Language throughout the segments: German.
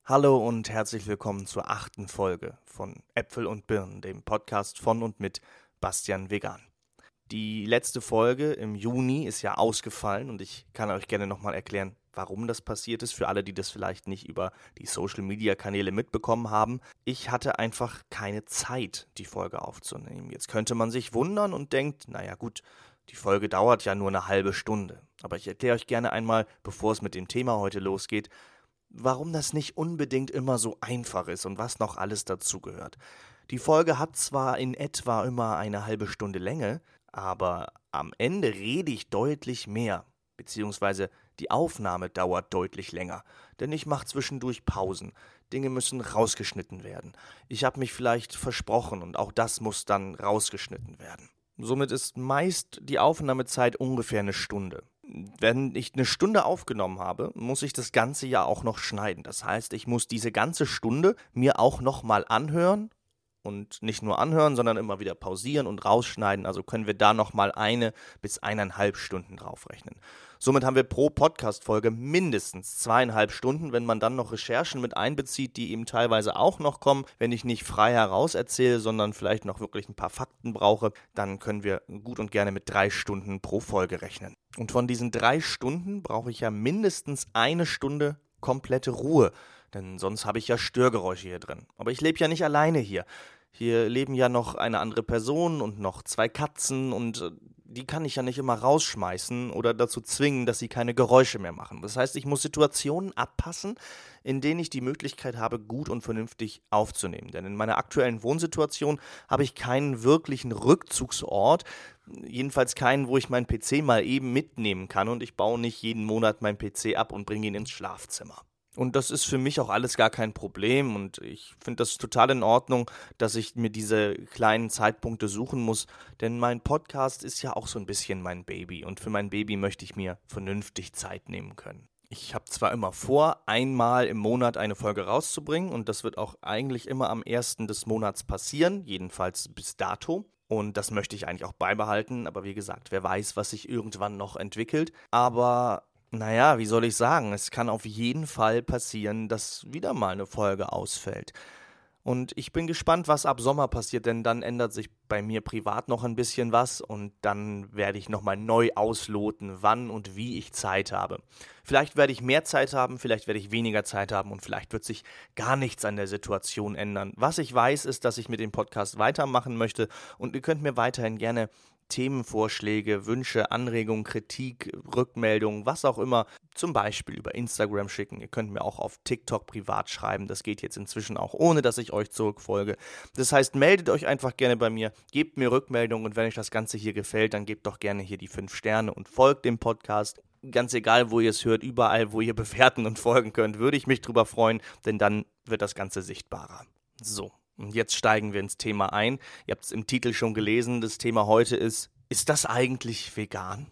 Hallo und herzlich willkommen zur 8. Folge von Äpfel und Birnen, dem Podcast von und mit Bastian Vegan. Die letzte Folge im Juni ist ja ausgefallen und ich kann euch gerne nochmal erklären, warum das passiert ist, für alle, die das vielleicht nicht über die Social-Media-Kanäle mitbekommen haben. Ich hatte einfach keine Zeit, die Folge aufzunehmen. Jetzt könnte man sich wundern und denkt, naja gut, die Folge dauert ja nur eine halbe Stunde. Aber ich erkläre euch gerne einmal, bevor es mit dem Thema heute losgeht, warum das nicht unbedingt immer so einfach ist und was noch alles dazugehört. Die Folge hat zwar in etwa immer eine halbe Stunde Länge, aber am Ende rede ich deutlich mehr, beziehungsweise die Aufnahme dauert deutlich länger, denn ich mache zwischendurch Pausen. Dinge müssen rausgeschnitten werden. Ich habe mich vielleicht versprochen und auch das muss dann rausgeschnitten werden. Somit ist meist die Aufnahmezeit ungefähr eine Stunde. Wenn ich eine Stunde aufgenommen habe, muss ich das Ganze ja auch noch schneiden. Das heißt, ich muss diese ganze Stunde mir auch nochmal anhören und nicht nur anhören, sondern immer wieder pausieren und rausschneiden. Also können wir da nochmal 1 bis 1,5 Stunden draufrechnen. Somit haben wir pro Podcast-Folge mindestens 2,5 Stunden, wenn man dann noch Recherchen mit einbezieht, die eben teilweise auch noch kommen. Wenn ich nicht frei heraus erzähle, sondern vielleicht noch wirklich ein paar Fakten brauche, dann können wir gut und gerne mit 3 Stunden pro Folge rechnen. Und von diesen 3 Stunden brauche ich ja mindestens 1 Stunde komplette Ruhe. Denn sonst habe ich ja Störgeräusche hier drin. Aber ich lebe ja nicht alleine hier. Hier leben ja noch eine andere Person und noch 2 Katzen und die kann ich ja nicht immer rausschmeißen oder dazu zwingen, dass sie keine Geräusche mehr machen. Das heißt, ich muss Situationen abpassen, in denen ich die Möglichkeit habe, gut und vernünftig aufzunehmen. Denn in meiner aktuellen Wohnsituation habe ich keinen wirklichen Rückzugsort, jedenfalls keinen, wo ich meinen PC mal eben mitnehmen kann und ich baue nicht jeden Monat meinen PC ab und bringe ihn ins Schlafzimmer. Und das ist für mich auch alles gar kein Problem und ich finde das total in Ordnung, dass ich mir diese kleinen Zeitpunkte suchen muss, denn mein Podcast ist ja auch so ein bisschen mein Baby und für mein Baby möchte ich mir vernünftig Zeit nehmen können. Ich habe zwar immer vor, einmal im Monat eine Folge rauszubringen und das wird auch eigentlich immer am 1. des Monats passieren, jedenfalls bis dato. Und das möchte ich eigentlich auch beibehalten, aber wie gesagt, wer weiß, was sich irgendwann noch entwickelt. Aber naja, wie soll ich sagen, es kann auf jeden Fall passieren, dass wieder mal eine Folge ausfällt. Und ich bin gespannt, was ab Sommer passiert, denn dann ändert sich bei mir privat noch ein bisschen was und dann werde ich nochmal neu ausloten, wann und wie ich Zeit habe. Vielleicht werde ich mehr Zeit haben, vielleicht werde ich weniger Zeit haben und vielleicht wird sich gar nichts an der Situation ändern. Was ich weiß, ist, dass ich mit dem Podcast weitermachen möchte und ihr könnt mir weiterhin gerne Themenvorschläge, Wünsche, Anregungen, Kritik, Rückmeldungen, was auch immer, zum Beispiel über Instagram schicken. Ihr könnt mir auch auf TikTok privat schreiben. Das geht jetzt inzwischen auch, ohne dass ich euch zurückfolge. Das heißt, meldet euch einfach gerne bei mir, gebt mir Rückmeldungen und wenn euch das Ganze hier gefällt, dann gebt doch gerne hier die 5 Sterne und folgt dem Podcast. Ganz egal, wo ihr es hört, überall, wo ihr bewerten und folgen könnt, würde ich mich drüber freuen, denn dann wird das Ganze sichtbarer. So. Und jetzt steigen wir ins Thema ein. Ihr habt es im Titel schon gelesen. Das Thema heute ist das eigentlich vegan?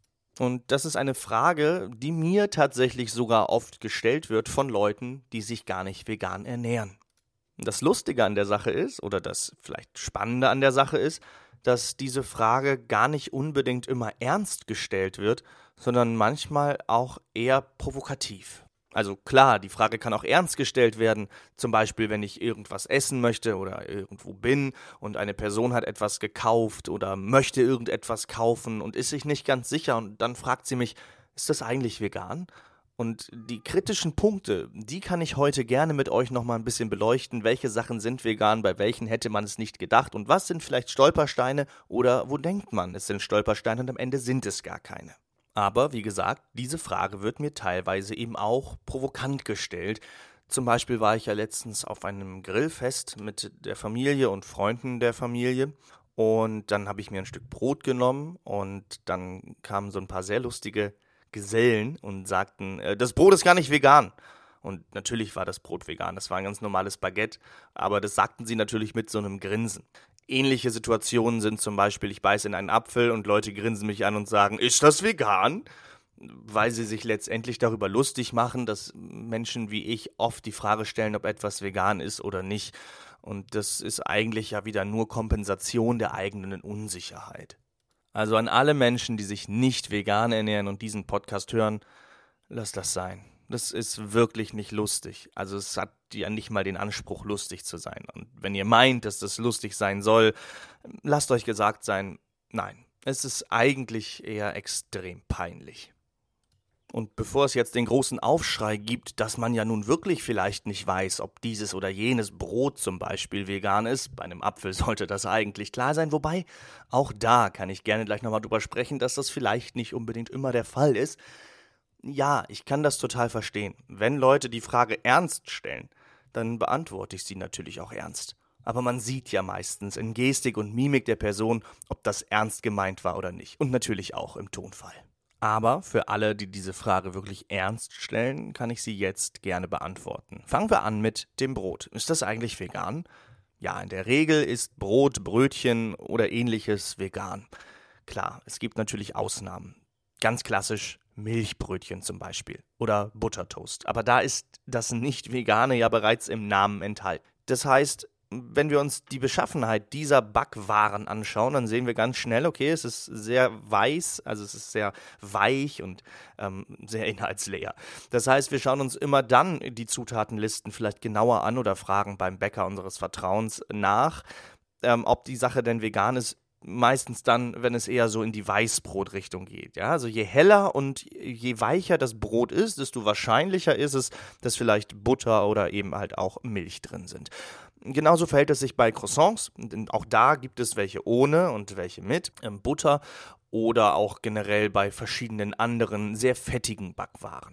Und das ist eine Frage, die mir tatsächlich sogar oft gestellt wird von Leuten, die sich gar nicht vegan ernähren. Das Lustige an der Sache ist, oder das vielleicht Spannende an der Sache ist, dass diese Frage gar nicht unbedingt immer ernst gestellt wird, sondern manchmal auch eher provokativ. Also klar, die Frage kann auch ernst gestellt werden, zum Beispiel wenn ich irgendwas essen möchte oder irgendwo bin und eine Person hat etwas gekauft oder möchte irgendetwas kaufen und ist sich nicht ganz sicher und dann fragt sie mich, ist das eigentlich vegan? Und die kritischen Punkte, die kann ich heute gerne mit euch nochmal ein bisschen beleuchten. Welche Sachen sind vegan, bei welchen hätte man es nicht gedacht und was sind vielleicht Stolpersteine oder wo denkt man, es sind Stolpersteine und am Ende sind es gar keine. Aber wie gesagt, diese Frage wird mir teilweise eben auch provokant gestellt. Zum Beispiel war ich ja letztens auf einem Grillfest mit der Familie und Freunden der Familie und dann habe ich mir ein Stück Brot genommen und dann kamen so ein paar sehr lustige Gesellen und sagten, das Brot ist gar nicht vegan. Und natürlich war das Brot vegan, das war ein ganz normales Baguette, aber das sagten sie natürlich mit so einem Grinsen. Ähnliche Situationen sind zum Beispiel, ich beiße in einen Apfel und Leute grinsen mich an und sagen, ist das vegan? Weil sie sich letztendlich darüber lustig machen, dass Menschen wie ich oft die Frage stellen, ob etwas vegan ist oder nicht. Und das ist eigentlich ja wieder nur Kompensation der eigenen Unsicherheit. Also an alle Menschen, die sich nicht vegan ernähren und diesen Podcast hören, lasst das sein. Das ist wirklich nicht lustig. Also es hat ja nicht mal den Anspruch, lustig zu sein. Und wenn ihr meint, dass das lustig sein soll, lasst euch gesagt sein, nein. Es ist eigentlich eher extrem peinlich. Und bevor es jetzt den großen Aufschrei gibt, dass man ja nun wirklich vielleicht nicht weiß, ob dieses oder jenes Brot zum Beispiel vegan ist, bei einem Apfel sollte das eigentlich klar sein, wobei auch da kann ich gerne gleich nochmal drüber sprechen, dass das vielleicht nicht unbedingt immer der Fall ist. Ja, ich kann das total verstehen. Wenn Leute die Frage ernst stellen, dann beantworte ich sie natürlich auch ernst. Aber man sieht ja meistens in Gestik und Mimik der Person, ob das ernst gemeint war oder nicht. Und natürlich auch im Tonfall. Aber für alle, die diese Frage wirklich ernst stellen, kann ich sie jetzt gerne beantworten. Fangen wir an mit dem Brot. Ist das eigentlich vegan? Ja, in der Regel ist Brot, Brötchen oder ähnliches vegan. Klar, es gibt natürlich Ausnahmen. Ganz klassisch Milchbrötchen zum Beispiel oder Buttertoast. Aber da ist das Nicht-Vegane ja bereits im Namen enthalten. Das heißt, wenn wir uns die Beschaffenheit dieser Backwaren anschauen, dann sehen wir ganz schnell, okay, es ist sehr weiß, also es ist sehr weich und sehr inhaltsleer. Das heißt, wir schauen uns immer dann die Zutatenlisten vielleicht genauer an oder fragen beim Bäcker unseres Vertrauens nach, ob die Sache denn vegan ist. Meistens dann, wenn es eher so in die Weißbrotrichtung geht. Ja? Also je heller und je weicher das Brot ist, desto wahrscheinlicher ist es, dass vielleicht Butter oder eben halt auch Milch drin sind. Genauso verhält es sich bei Croissants. Auch da gibt es welche ohne und welche mit Butter oder auch generell bei verschiedenen anderen sehr fettigen Backwaren.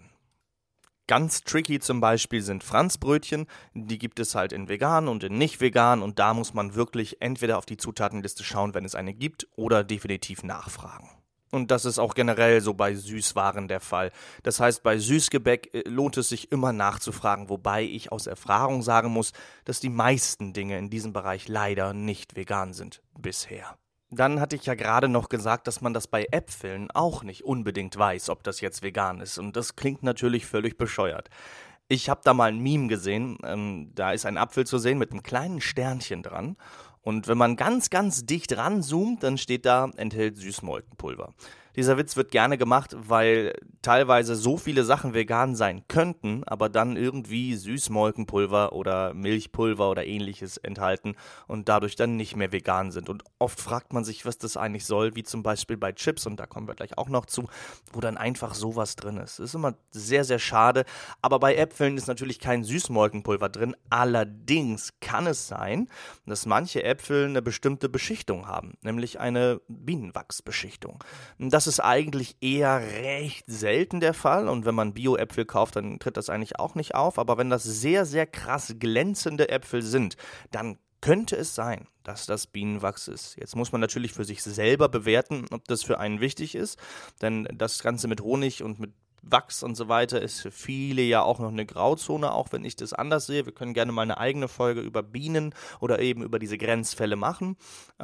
Ganz tricky zum Beispiel sind Franzbrötchen, die gibt es halt in vegan und in nicht vegan und da muss man wirklich entweder auf die Zutatenliste schauen, wenn es eine gibt, oder definitiv nachfragen. Und das ist auch generell so bei Süßwaren der Fall. Das heißt, bei Süßgebäck lohnt es sich immer nachzufragen, wobei ich aus Erfahrung sagen muss, dass die meisten Dinge in diesem Bereich leider nicht vegan sind, bisher. Dann hatte ich ja gerade noch gesagt, dass man das bei Äpfeln auch nicht unbedingt weiß, ob das jetzt vegan ist. Und das klingt natürlich völlig bescheuert. Ich habe da mal ein Meme gesehen, da ist ein Apfel zu sehen mit einem kleinen Sternchen dran. Und wenn man ganz, ganz dicht ranzoomt, dann steht da, enthält Süßmolkenpulver. Dieser Witz wird gerne gemacht, weil teilweise so viele Sachen vegan sein könnten, aber dann irgendwie Süßmolkenpulver oder Milchpulver oder ähnliches enthalten und dadurch dann nicht mehr vegan sind. Und oft fragt man sich, was das eigentlich soll, wie zum Beispiel bei Chips, und da kommen wir gleich auch noch zu, wo dann einfach sowas drin ist. Das ist immer sehr, sehr schade, aber bei Äpfeln ist natürlich kein Süßmolkenpulver drin. Allerdings kann es sein, dass manche Äpfel eine bestimmte Beschichtung haben, nämlich eine Bienenwachsbeschichtung. Das ist eigentlich eher recht selten der Fall und wenn man Bio-Äpfel kauft, dann tritt das eigentlich auch nicht auf, aber wenn das sehr, sehr krass glänzende Äpfel sind, dann könnte es sein, dass das Bienenwachs ist. Jetzt muss man natürlich für sich selber bewerten, ob das für einen wichtig ist, denn das Ganze mit Honig und mit Wachs und so weiter ist für viele ja auch noch eine Grauzone, auch wenn ich das anders sehe. Wir können gerne mal eine eigene Folge über Bienen oder eben über diese Grenzfälle machen.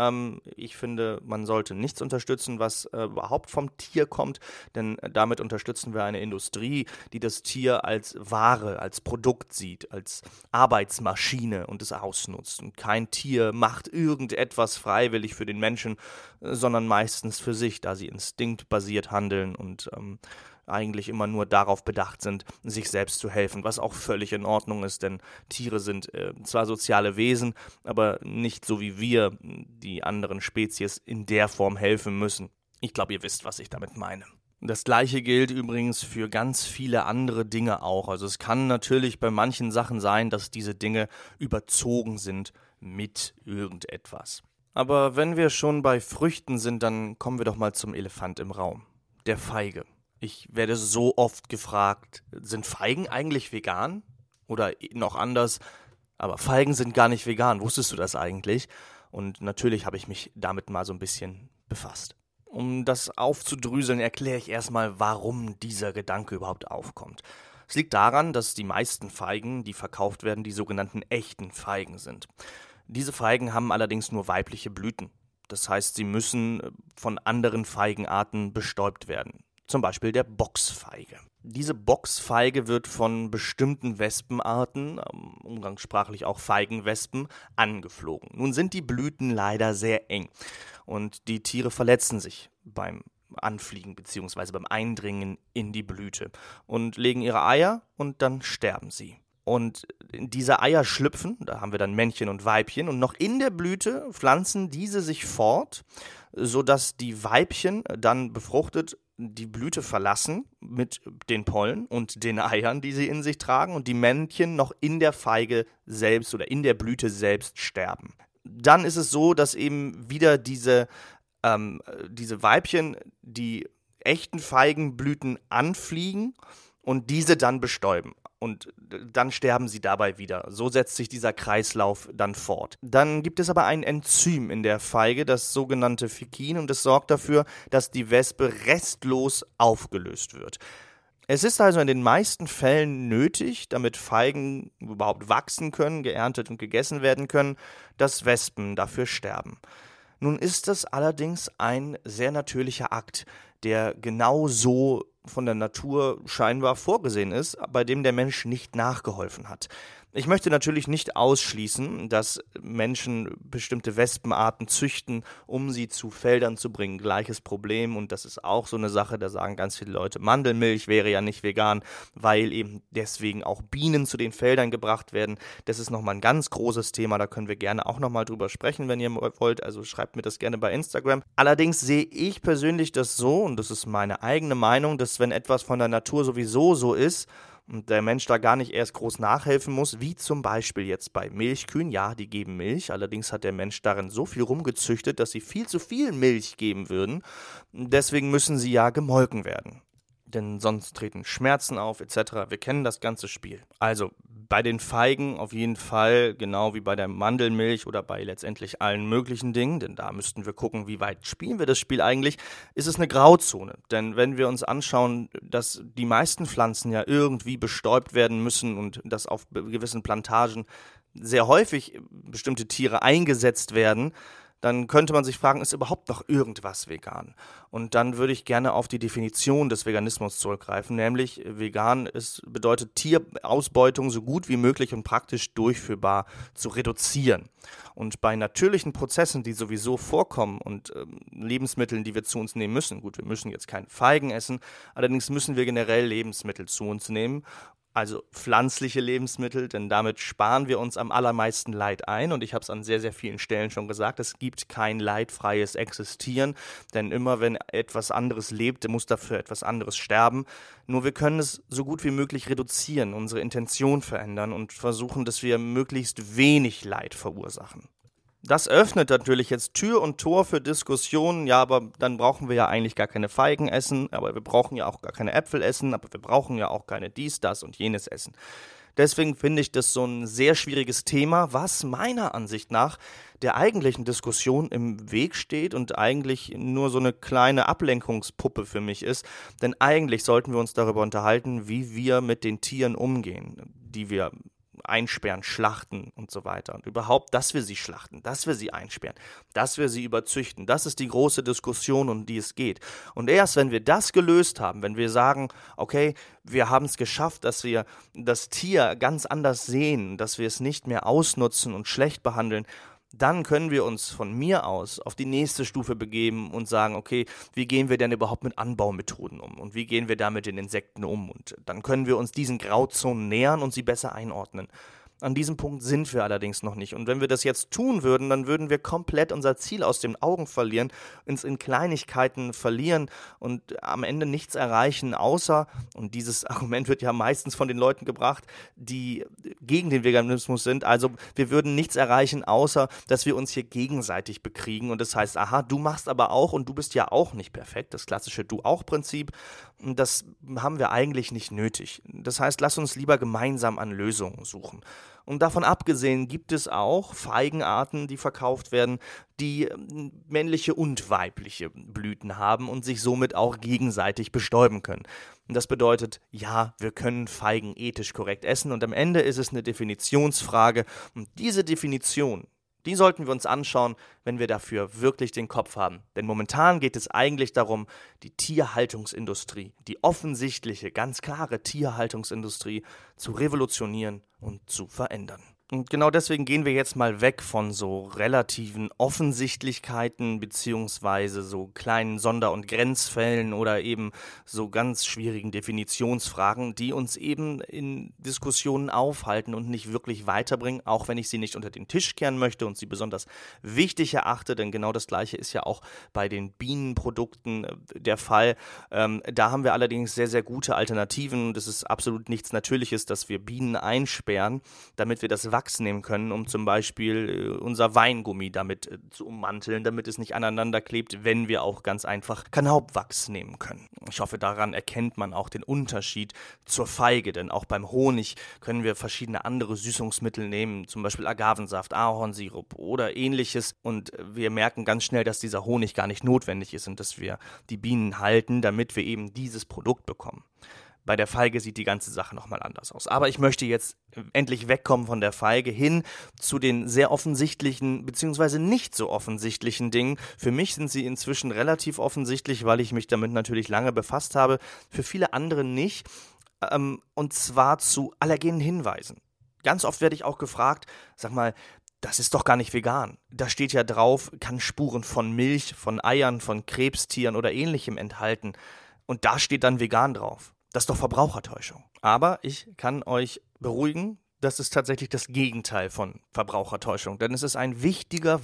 Ich finde, man sollte nichts unterstützen, was überhaupt vom Tier kommt, denn damit unterstützen wir eine Industrie, die das Tier als Ware, als Produkt sieht, als Arbeitsmaschine und es ausnutzt. Und kein Tier macht irgendetwas freiwillig für den Menschen, sondern meistens für sich, da sie instinktbasiert handeln und eigentlich immer nur darauf bedacht sind, sich selbst zu helfen, was auch völlig in Ordnung ist, denn Tiere sind zwar soziale Wesen, aber nicht so wie wir die anderen Spezies in der Form helfen müssen. Ich glaube, ihr wisst, was ich damit meine. Das Gleiche gilt übrigens für ganz viele andere Dinge auch. Also es kann natürlich bei manchen Sachen sein, dass diese Dinge überzogen sind mit irgendetwas. Aber wenn wir schon bei Früchten sind, dann kommen wir doch mal zum Elefant im Raum, der Feige. Ich werde so oft gefragt, sind Feigen eigentlich vegan? Oder noch anders, aber Feigen sind gar nicht vegan. Wusstest du das eigentlich? Und natürlich habe ich mich damit mal so ein bisschen befasst. Um das aufzudröseln, erkläre ich erstmal, warum dieser Gedanke überhaupt aufkommt. Es liegt daran, dass die meisten Feigen, die verkauft werden, die sogenannten echten Feigen sind. Diese Feigen haben allerdings nur weibliche Blüten. Das heißt, sie müssen von anderen Feigenarten bestäubt werden. Zum Beispiel der Boxfeige. Diese Boxfeige wird von bestimmten Wespenarten, umgangssprachlich auch Feigenwespen, angeflogen. Nun sind die Blüten leider sehr eng und die Tiere verletzen sich beim anfliegen, beziehungsweise beim Eindringen in die Blüte und legen ihre Eier und dann sterben sie. Und diese Eier schlüpfen, da haben wir dann Männchen und Weibchen, und noch in der Blüte pflanzen diese sich fort, sodass die Weibchen dann befruchtet die Blüte verlassen mit den Pollen und den Eiern, die sie in sich tragen, und die Männchen noch in der Feige selbst oder in der Blüte selbst sterben. Dann ist es so, dass eben wieder diese Weibchen die echten Feigenblüten anfliegen und diese dann bestäuben. Und dann sterben sie dabei wieder. So setzt sich dieser Kreislauf dann fort. Dann gibt es aber ein Enzym in der Feige, das sogenannte Fikin, und es sorgt dafür, dass die Wespe restlos aufgelöst wird. Es ist also in den meisten Fällen nötig, damit Feigen überhaupt wachsen können, geerntet und gegessen werden können, dass Wespen dafür sterben. Nun ist das allerdings ein sehr natürlicher Akt, der genau so von der Natur scheinbar vorgesehen ist, bei dem der Mensch nicht nachgeholfen hat. Ich möchte natürlich nicht ausschließen, dass Menschen bestimmte Wespenarten züchten, um sie zu Feldern zu bringen. Gleiches Problem, und das ist auch so eine Sache, da sagen ganz viele Leute, Mandelmilch wäre ja nicht vegan, weil eben deswegen auch Bienen zu den Feldern gebracht werden. Das ist nochmal ein ganz großes Thema, da können wir gerne auch nochmal drüber sprechen, wenn ihr wollt, also schreibt mir das gerne bei Instagram. Allerdings sehe ich persönlich das so, und das ist meine eigene Meinung, dass wenn etwas von der Natur sowieso so ist, und der Mensch da gar nicht erst groß nachhelfen muss, wie zum Beispiel jetzt bei Milchkühen. Ja, die geben Milch, allerdings hat der Mensch darin so viel rumgezüchtet, dass sie viel zu viel Milch geben würden. Deswegen müssen sie ja gemolken werden. Denn sonst treten Schmerzen auf etc. Wir kennen das ganze Spiel. Also bei den Feigen auf jeden Fall, genau wie bei der Mandelmilch oder bei letztendlich allen möglichen Dingen, denn da müssten wir gucken, wie weit spielen wir das Spiel eigentlich, ist es eine Grauzone. Denn wenn wir uns anschauen, dass die meisten Pflanzen ja irgendwie bestäubt werden müssen und dass auf gewissen Plantagen sehr häufig bestimmte Tiere eingesetzt werden, dann könnte man sich fragen, ist überhaupt noch irgendwas vegan? Und dann würde ich gerne auf die Definition des Veganismus zurückgreifen, nämlich vegan bedeutet Tierausbeutung so gut wie möglich und praktisch durchführbar zu reduzieren. Und bei natürlichen Prozessen, die sowieso vorkommen und Lebensmitteln, die wir zu uns nehmen müssen, gut, wir müssen jetzt keine Feigen essen, allerdings müssen wir generell Lebensmittel zu uns nehmen, also pflanzliche Lebensmittel, denn damit sparen wir uns am allermeisten Leid ein. Und ich habe es an sehr, sehr vielen Stellen schon gesagt, es gibt kein leidfreies Existieren, denn immer wenn etwas anderes lebt, muss dafür etwas anderes sterben. Nur wir können es so gut wie möglich reduzieren, unsere Intention verändern und versuchen, dass wir möglichst wenig Leid verursachen. Das öffnet natürlich jetzt Tür und Tor für Diskussionen, ja, aber dann brauchen wir ja eigentlich gar keine Feigen essen, aber wir brauchen ja auch gar keine Äpfel essen, aber wir brauchen ja auch keine dies, das und jenes essen. Deswegen finde ich das so ein sehr schwieriges Thema, was meiner Ansicht nach der eigentlichen Diskussion im Weg steht und eigentlich nur so eine kleine Ablenkungspuppe für mich ist. Denn eigentlich sollten wir uns darüber unterhalten, wie wir mit den Tieren umgehen, die wir einsperren, schlachten und so weiter. Und überhaupt, dass wir sie schlachten, dass wir sie einsperren, dass wir sie überzüchten. Das ist die große Diskussion, um die es geht. Und erst wenn wir das gelöst haben, wenn wir sagen, okay, wir haben es geschafft, dass wir das Tier ganz anders sehen, dass wir es nicht mehr ausnutzen und schlecht behandeln, dann können wir uns von mir aus auf die nächste Stufe begeben und sagen, okay, wie gehen wir denn überhaupt mit Anbaumethoden um und wie gehen wir da mit den Insekten um? Und dann können wir uns diesen Grauzonen nähern und sie besser einordnen. An diesem Punkt sind wir allerdings noch nicht. Und wenn wir das jetzt tun würden, dann würden wir komplett unser Ziel aus den Augen verlieren, uns in Kleinigkeiten verlieren und am Ende nichts erreichen, außer, und dieses Argument wird ja meistens von den Leuten gebracht, die gegen den Veganismus sind, also wir würden nichts erreichen, außer, dass wir uns hier gegenseitig bekriegen und das heißt, aha, du machst aber auch und du bist ja auch nicht perfekt, das klassische Du-auch-Prinzip, das haben wir eigentlich nicht nötig. Das heißt, lass uns lieber gemeinsam an Lösungen suchen. Und davon abgesehen gibt es auch Feigenarten, die verkauft werden, die männliche und weibliche Blüten haben und sich somit auch gegenseitig bestäuben können. Und das bedeutet, ja, wir können Feigen ethisch korrekt essen und am Ende ist es eine Definitionsfrage und diese Definition, die sollten wir uns anschauen, wenn wir dafür wirklich den Kopf haben. Denn momentan geht es eigentlich darum, die Tierhaltungsindustrie, die offensichtliche, ganz klare Tierhaltungsindustrie zu revolutionieren und zu verändern. Und genau deswegen gehen wir jetzt mal weg von so relativen Offensichtlichkeiten beziehungsweise so kleinen Sonder- und Grenzfällen oder eben so ganz schwierigen Definitionsfragen, die uns eben in Diskussionen aufhalten und nicht wirklich weiterbringen, auch wenn ich sie nicht unter den Tisch kehren möchte und sie besonders wichtig erachte, denn genau das Gleiche ist ja auch bei den Bienenprodukten der Fall. Da haben wir allerdings sehr, sehr gute Alternativen. Das ist absolut nichts Natürliches, dass wir Bienen einsperren, damit wir das Wachs nehmen können, um zum Beispiel unser Weingummi damit zu ummanteln, damit es nicht aneinander klebt, wenn wir auch ganz einfach Kanaupwachs nehmen können. Ich hoffe, daran erkennt man auch den Unterschied zur Feige, denn auch beim Honig können wir verschiedene andere Süßungsmittel nehmen, zum Beispiel Agavensaft, Ahornsirup oder ähnliches, und wir merken ganz schnell, dass dieser Honig gar nicht notwendig ist und dass wir die Bienen halten, damit wir eben dieses Produkt bekommen. Bei der Feige sieht die ganze Sache nochmal anders aus. Aber ich möchte jetzt endlich wegkommen von der Feige hin zu den sehr offensichtlichen bzw. nicht so offensichtlichen Dingen. Für mich sind sie inzwischen relativ offensichtlich, weil ich mich damit natürlich lange befasst habe. Für viele andere nicht. Und zwar zu allergenen Hinweisen. Ganz oft werde ich auch gefragt, sag mal, das ist doch gar nicht vegan. Da steht ja drauf, kann Spuren von Milch, von Eiern, von Krebstieren oder ähnlichem enthalten. Und da steht dann vegan drauf. Das ist doch Verbrauchertäuschung. Aber ich kann euch beruhigen, das ist tatsächlich das Gegenteil von Verbrauchertäuschung. Denn es ist ein wichtiger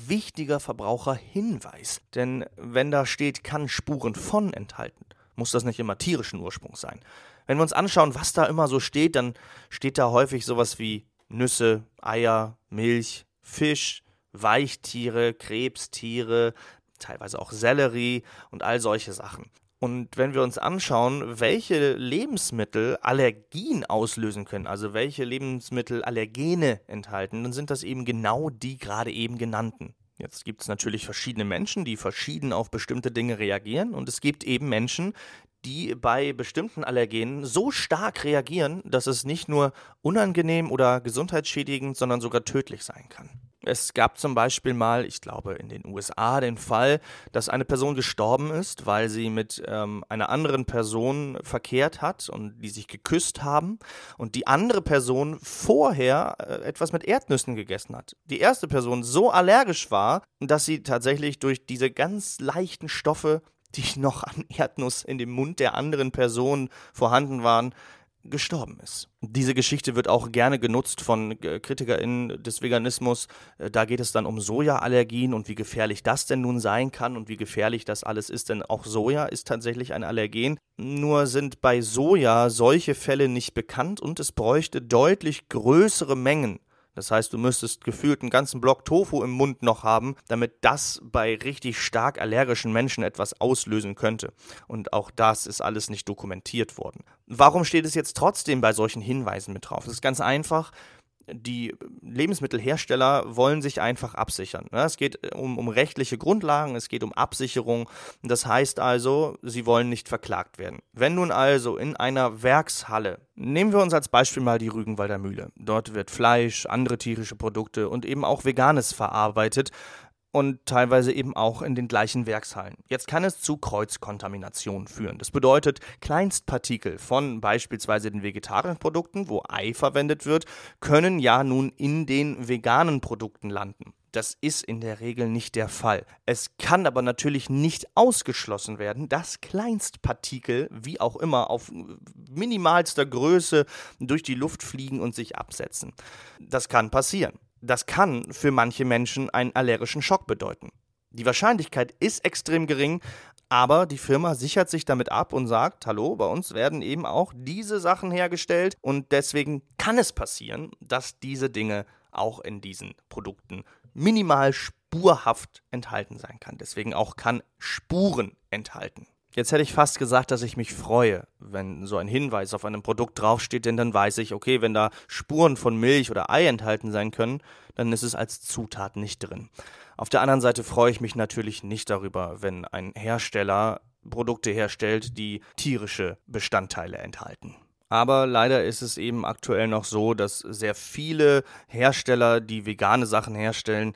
Verbraucherhinweis. Denn wenn da steht, kann Spuren von enthalten, muss das nicht immer tierischen Ursprungs sein. Wenn wir uns anschauen, was da immer so steht, dann steht da häufig sowas wie Nüsse, Eier, Milch, Fisch, Weichtiere, Krebstiere, teilweise auch Sellerie und all solche Sachen. Und wenn wir uns anschauen, welche Lebensmittel Allergien auslösen können, also welche Lebensmittel Allergene enthalten, dann sind das eben genau die gerade eben genannten. Jetzt gibt es natürlich verschiedene Menschen, die verschieden auf bestimmte Dinge reagieren, und es gibt eben Menschen, die bei bestimmten Allergenen so stark reagieren, dass es nicht nur unangenehm oder gesundheitsschädigend, sondern sogar tödlich sein kann. Es gab zum Beispiel mal, ich glaube in den USA, den Fall, dass eine Person gestorben ist, weil sie mit einer anderen Person verkehrt hat und die sich geküsst haben und die andere Person vorher etwas mit Erdnüssen gegessen hat. Die erste Person so allergisch war, dass sie tatsächlich durch diese ganz leichten Stoffe, die noch an Erdnuss in dem Mund der anderen Person vorhanden waren, gestorben ist. Diese Geschichte wird auch gerne genutzt von KritikerInnen des Veganismus. Da geht es dann um Sojaallergien und wie gefährlich das denn nun sein kann und wie gefährlich das alles ist, denn auch Soja ist tatsächlich ein Allergen. Nur sind bei Soja solche Fälle nicht bekannt und es bräuchte deutlich größere Mengen. Das heißt, du müsstest gefühlt einen ganzen Block Tofu im Mund noch haben, damit das bei richtig stark allergischen Menschen etwas auslösen könnte. Und auch das ist alles nicht dokumentiert worden. Warum steht es jetzt trotzdem bei solchen Hinweisen mit drauf? Das ist ganz einfach. Die Lebensmittelhersteller wollen sich einfach absichern. Es geht um rechtliche Grundlagen, es geht um Absicherung. Das heißt also, sie wollen nicht verklagt werden. Wenn nun also in einer Werkshalle, nehmen wir uns als Beispiel mal die Rügenwalder Mühle, dort wird Fleisch, andere tierische Produkte und eben auch Veganes verarbeitet, und teilweise eben auch in den gleichen Werkshallen. Jetzt kann es zu Kreuzkontamination führen. Das bedeutet, Kleinstpartikel von beispielsweise den vegetarischen Produkten, wo Ei verwendet wird, können ja nun in den veganen Produkten landen. Das ist in der Regel nicht der Fall. Es kann aber natürlich nicht ausgeschlossen werden, dass Kleinstpartikel, wie auch immer, auf minimalster Größe durch die Luft fliegen und sich absetzen. Das kann passieren. Das kann für manche Menschen einen allergischen Schock bedeuten. Die Wahrscheinlichkeit ist extrem gering, aber die Firma sichert sich damit ab und sagt, hallo, bei uns werden eben auch diese Sachen hergestellt und deswegen kann es passieren, dass diese Dinge auch in diesen Produkten minimal spurhaft enthalten sein kann. Deswegen auch kann Spuren enthalten. Jetzt hätte ich fast gesagt, dass ich mich freue, wenn so ein Hinweis auf einem Produkt draufsteht, denn dann weiß ich, okay, wenn da Spuren von Milch oder Ei enthalten sein können, dann ist es als Zutat nicht drin. Auf der anderen Seite freue ich mich natürlich nicht darüber, wenn ein Hersteller Produkte herstellt, die tierische Bestandteile enthalten. Aber leider ist es eben aktuell noch so, dass sehr viele Hersteller, die vegane Sachen herstellen,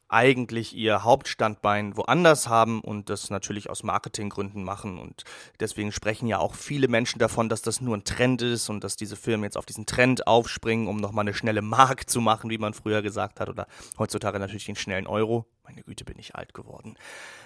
eigentlich ihr Hauptstandbein woanders haben und das natürlich aus Marketinggründen machen. Und deswegen sprechen ja auch viele Menschen davon, dass das nur ein Trend ist und dass diese Firmen jetzt auf diesen Trend aufspringen, um nochmal eine schnelle Mark zu machen, wie man früher gesagt hat, oder heutzutage natürlich den schnellen Euro. Meine Güte, bin ich alt geworden.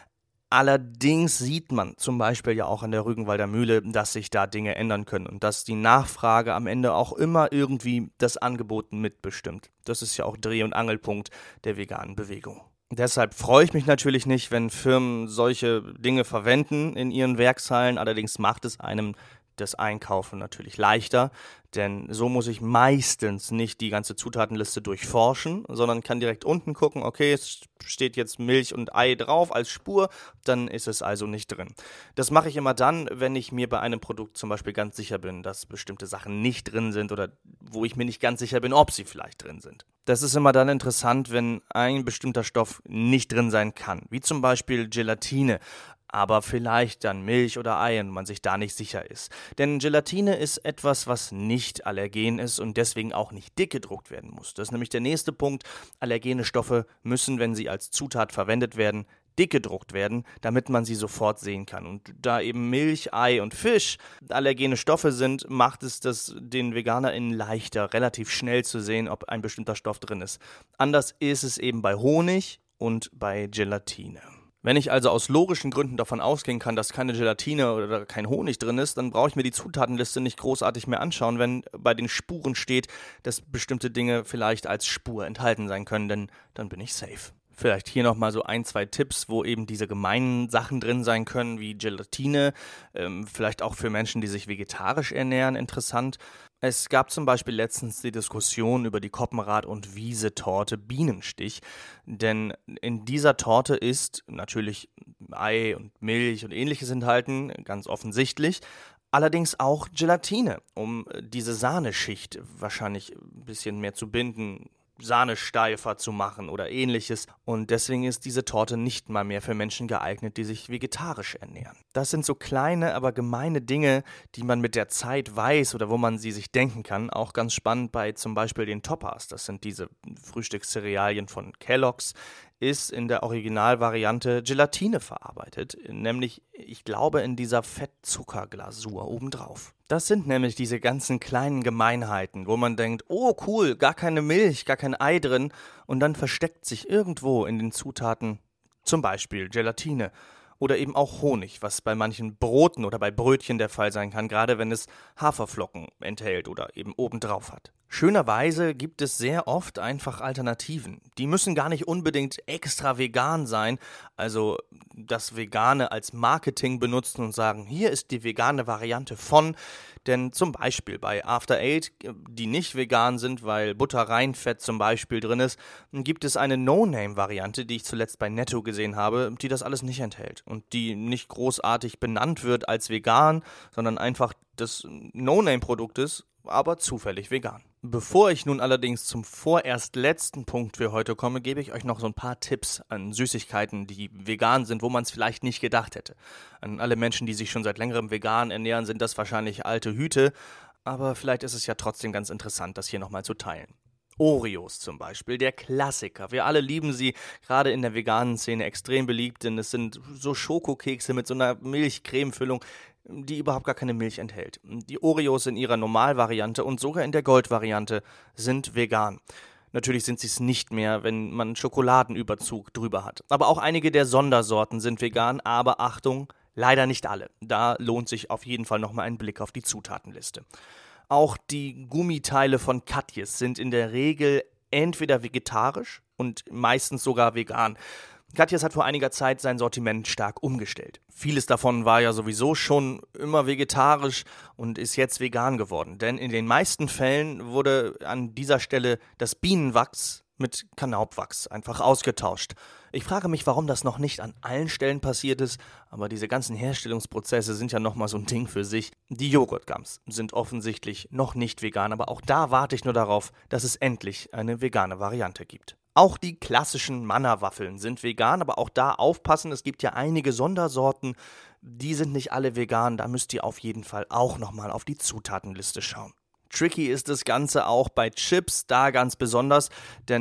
Allerdings sieht man zum Beispiel ja auch an der Rügenwalder Mühle, dass sich da Dinge ändern können und dass die Nachfrage am Ende auch immer irgendwie das Angebot mitbestimmt. Das ist ja auch Dreh- und Angelpunkt der veganen Bewegung. Deshalb freue ich mich natürlich nicht, wenn Firmen solche Dinge verwenden in ihren Werkshallen. Allerdings macht es einem das Einkaufen natürlich leichter, denn so muss ich meistens nicht die ganze Zutatenliste durchforschen, sondern kann direkt unten gucken, okay, es steht jetzt Milch und Ei drauf als Spur, dann ist es also nicht drin. Das mache ich immer dann, wenn ich mir bei einem Produkt zum Beispiel ganz sicher bin, dass bestimmte Sachen nicht drin sind oder wo ich mir nicht ganz sicher bin, ob sie vielleicht drin sind. Das ist immer dann interessant, wenn ein bestimmter Stoff nicht drin sein kann, wie zum Beispiel Gelatine, aber vielleicht dann Milch oder Ei und man sich da nicht sicher ist. Denn Gelatine ist etwas, was nicht allergen ist und deswegen auch nicht dick gedruckt werden muss. Das ist nämlich der nächste Punkt. Allergene Stoffe müssen, wenn sie als Zutat verwendet werden, dick gedruckt werden, damit man sie sofort sehen kann. Und da eben Milch, Ei und Fisch allergene Stoffe sind, macht es das den VeganerInnen leichter, relativ schnell zu sehen, ob ein bestimmter Stoff drin ist. Anders ist es eben bei Honig und bei Gelatine. Wenn ich also aus logischen Gründen davon ausgehen kann, dass keine Gelatine oder kein Honig drin ist, dann brauche ich mir die Zutatenliste nicht großartig mehr anschauen, wenn bei den Spuren steht, dass bestimmte Dinge vielleicht als Spur enthalten sein können, denn dann bin ich safe. Vielleicht hier nochmal so 1, 2 Tipps, wo eben diese gemeinen Sachen drin sein können, wie Gelatine, vielleicht auch für Menschen, die sich vegetarisch ernähren, interessant. Es gab zum Beispiel letztens die Diskussion über die Koppenrad- und Wiese-Torte Bienenstich, denn in dieser Torte ist natürlich Ei und Milch und ähnliches enthalten, ganz offensichtlich, allerdings auch Gelatine, um diese Sahneschicht wahrscheinlich ein bisschen mehr zu binden, Sahne steifer zu machen oder ähnliches. Und deswegen ist diese Torte nicht mal mehr für Menschen geeignet, die sich vegetarisch ernähren. Das sind so kleine, aber gemeine Dinge, die man mit der Zeit weiß oder wo man sie sich denken kann. Auch ganz spannend bei zum Beispiel den Toppers. Das sind diese Frühstückscerealien von Kellogg's. Ist in der Originalvariante Gelatine verarbeitet, nämlich, ich glaube, in dieser Fettzuckerglasur obendrauf. Das sind nämlich diese ganzen kleinen Gemeinheiten, wo man denkt, oh cool, gar keine Milch, gar kein Ei drin und dann versteckt sich irgendwo in den Zutaten zum Beispiel Gelatine oder eben auch Honig, was bei manchen Broten oder bei Brötchen der Fall sein kann, gerade wenn es Haferflocken enthält oder eben obendrauf hat. Schönerweise gibt es sehr oft einfach Alternativen. Die müssen gar nicht unbedingt extra vegan sein, also das Vegane als Marketing benutzen und sagen, hier ist die vegane Variante von, denn zum Beispiel bei After Eight, die nicht vegan sind, weil Butterreinfett zum Beispiel drin ist, gibt es eine No-Name-Variante, die ich zuletzt bei Netto gesehen habe, die das alles nicht enthält und die nicht großartig benannt wird als vegan, sondern einfach das No-Name-Produkt ist, aber zufällig vegan. Bevor ich nun allerdings zum vorerst letzten Punkt für heute komme, gebe ich euch noch so ein paar Tipps an Süßigkeiten, die vegan sind, wo man es vielleicht nicht gedacht hätte. An alle Menschen, die sich schon seit längerem vegan ernähren, sind das wahrscheinlich alte Hüte, aber vielleicht ist es ja trotzdem ganz interessant, das hier nochmal zu teilen. Oreos zum Beispiel, der Klassiker. Wir alle lieben sie, gerade in der veganen Szene extrem beliebt, denn es sind so Schokokekse mit so einer Milchcremefüllung, die überhaupt gar keine Milch enthält. Die Oreos in ihrer Normalvariante und sogar in der Goldvariante sind vegan. Natürlich sind sie es nicht mehr, wenn man Schokoladenüberzug drüber hat. Aber auch einige der Sondersorten sind vegan, aber Achtung, leider nicht alle. Da lohnt sich auf jeden Fall nochmal ein Blick auf die Zutatenliste. Auch die Gummiteile von Katjes sind in der Regel entweder vegetarisch und meistens sogar vegan. Katjes hat vor einiger Zeit sein Sortiment stark umgestellt. Vieles davon war ja sowieso schon immer vegetarisch und ist jetzt vegan geworden. Denn in den meisten Fällen wurde an dieser Stelle das Bienenwachs mit Kanaupwachs einfach ausgetauscht. Ich frage mich, warum das noch nicht an allen Stellen passiert ist, aber diese ganzen Herstellungsprozesse sind ja nochmal so ein Ding für sich. Die Joghurtgums sind offensichtlich noch nicht vegan, aber auch da warte ich nur darauf, dass es endlich eine vegane Variante gibt. Auch die klassischen Manna-Waffeln sind vegan, aber auch da aufpassen, es gibt ja einige Sondersorten, die sind nicht alle vegan, da müsst ihr auf jeden Fall auch nochmal auf die Zutatenliste schauen. Tricky ist das Ganze auch bei Chips, da ganz besonders, denn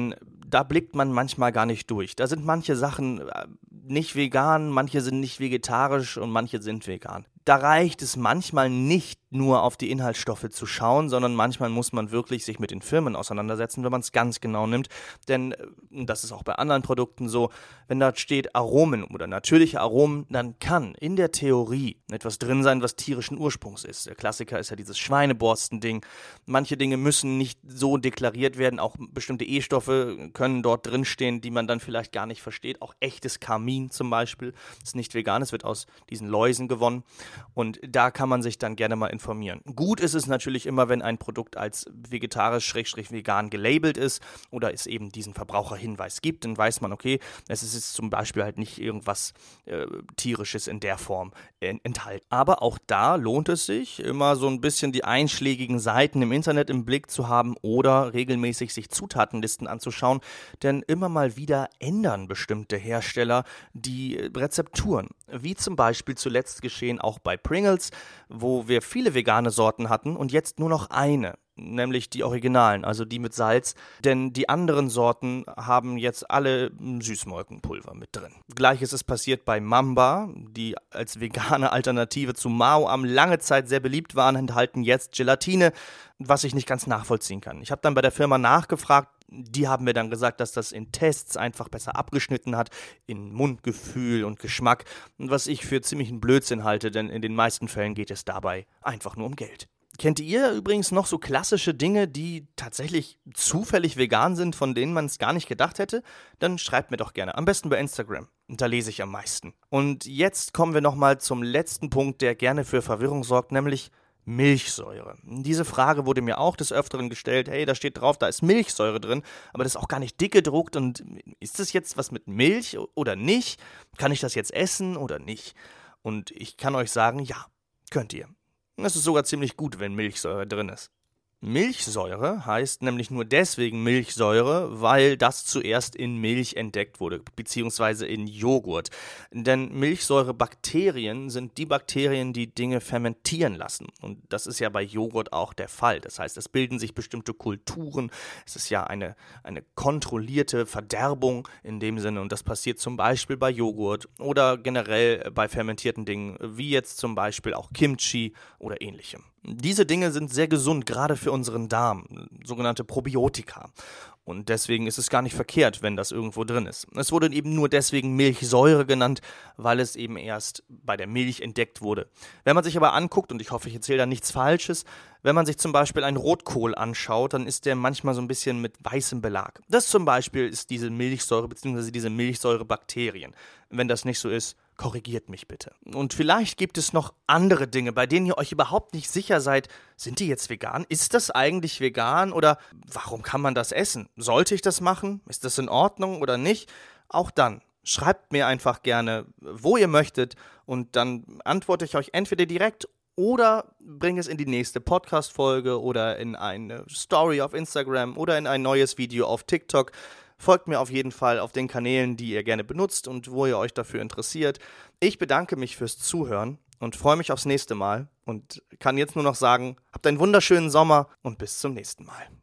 da blickt man manchmal gar nicht durch. Da sind manche Sachen nicht vegan, manche sind nicht vegetarisch und manche sind vegan. Da reicht es manchmal nicht nur auf die Inhaltsstoffe zu schauen, sondern manchmal muss man wirklich sich mit den Firmen auseinandersetzen, wenn man es ganz genau nimmt. Denn das ist auch bei anderen Produkten so, wenn da steht Aromen oder natürliche Aromen, dann kann in der Theorie etwas drin sein, was tierischen Ursprungs ist. Der Klassiker ist ja dieses Schweineborsten-Ding. Manche Dinge müssen nicht so deklariert werden, auch bestimmte E-Stoffe können dort drinstehen, die man dann vielleicht gar nicht versteht. Auch echtes Karmin zum Beispiel ist nicht vegan, es wird aus diesen Läusen gewonnen. Und da kann man sich dann gerne mal informieren. Gut ist es natürlich immer, wenn ein Produkt als vegetarisch/vegan gelabelt ist oder es eben diesen Verbraucherhinweis gibt, dann weiß man, okay, es ist jetzt zum Beispiel halt nicht irgendwas Tierisches in der Form enthalten. Aber auch da lohnt es sich, immer so ein bisschen die einschlägigen Seiten im Internet im Blick zu haben oder regelmäßig sich Zutatenlisten anzuschauen, denn immer mal wieder ändern bestimmte Hersteller die Rezepturen, wie zum Beispiel zuletzt geschehen auch bei Pringles, wo wir viele vegane Sorten hatten und jetzt nur noch eine, nämlich die Originalen, also die mit Salz, denn die anderen Sorten haben jetzt alle Süßmolkenpulver mit drin. Gleiches ist passiert bei Mamba, die als vegane Alternative zu Mao-Am lange Zeit sehr beliebt waren, enthalten jetzt Gelatine, was ich nicht ganz nachvollziehen kann. Ich habe dann bei der Firma nachgefragt, die haben mir dann gesagt, dass das in Tests einfach besser abgeschnitten hat, in Mundgefühl und Geschmack, was ich für ziemlichen Blödsinn halte, denn in den meisten Fällen geht es dabei einfach nur um Geld. Kennt ihr übrigens noch so klassische Dinge, die tatsächlich zufällig vegan sind, von denen man es gar nicht gedacht hätte? Dann schreibt mir doch gerne, am besten bei Instagram. Da lese ich am meisten. Und jetzt kommen wir nochmal zum letzten Punkt, der gerne für Verwirrung sorgt, nämlich Milchsäure. Diese Frage wurde mir auch des Öfteren gestellt, hey, da steht drauf, da ist Milchsäure drin, aber das ist auch gar nicht dick gedruckt und ist das jetzt was mit Milch oder nicht? Kann ich das jetzt essen oder nicht? Und ich kann euch sagen, ja, könnt ihr. Es ist sogar ziemlich gut, wenn Milchsäure drin ist. Milchsäure heißt nämlich nur deswegen Milchsäure, weil das zuerst in Milch entdeckt wurde, beziehungsweise in Joghurt. Denn Milchsäurebakterien sind die Bakterien, die Dinge fermentieren lassen. Und das ist ja bei Joghurt auch der Fall. Das heißt, es bilden sich bestimmte Kulturen. Es ist ja eine kontrollierte Verderbung in dem Sinne. Und das passiert zum Beispiel bei Joghurt oder generell bei fermentierten Dingen, wie jetzt zum Beispiel auch Kimchi oder ähnlichem. Diese Dinge sind sehr gesund, gerade für unseren Darm, sogenannte Probiotika. Und deswegen ist es gar nicht verkehrt, wenn das irgendwo drin ist. Es wurde eben nur deswegen Milchsäure genannt, weil es eben erst bei der Milch entdeckt wurde. Wenn man sich aber anguckt, und ich hoffe, ich erzähle da nichts Falsches, wenn man sich zum Beispiel einen Rotkohl anschaut, dann ist der manchmal so ein bisschen mit weißem Belag. Das zum Beispiel ist diese Milchsäure bzw. diese Milchsäurebakterien. Wenn das nicht so ist, korrigiert mich bitte. Und vielleicht gibt es noch andere Dinge, bei denen ihr euch überhaupt nicht sicher seid, sind die jetzt vegan? Ist das eigentlich vegan oder warum kann man das essen? Sollte ich das machen? Ist das in Ordnung oder nicht? Auch dann, schreibt mir einfach gerne, wo ihr möchtet und dann antworte ich euch entweder direkt oder bringe es in die nächste Podcast-Folge oder in eine Story auf Instagram oder in ein neues Video auf TikTok. Folgt mir auf jeden Fall auf den Kanälen, die ihr gerne benutzt und wo ihr euch dafür interessiert. Ich bedanke mich fürs Zuhören und freue mich aufs nächste Mal und kann jetzt nur noch sagen, habt einen wunderschönen Sommer und bis zum nächsten Mal.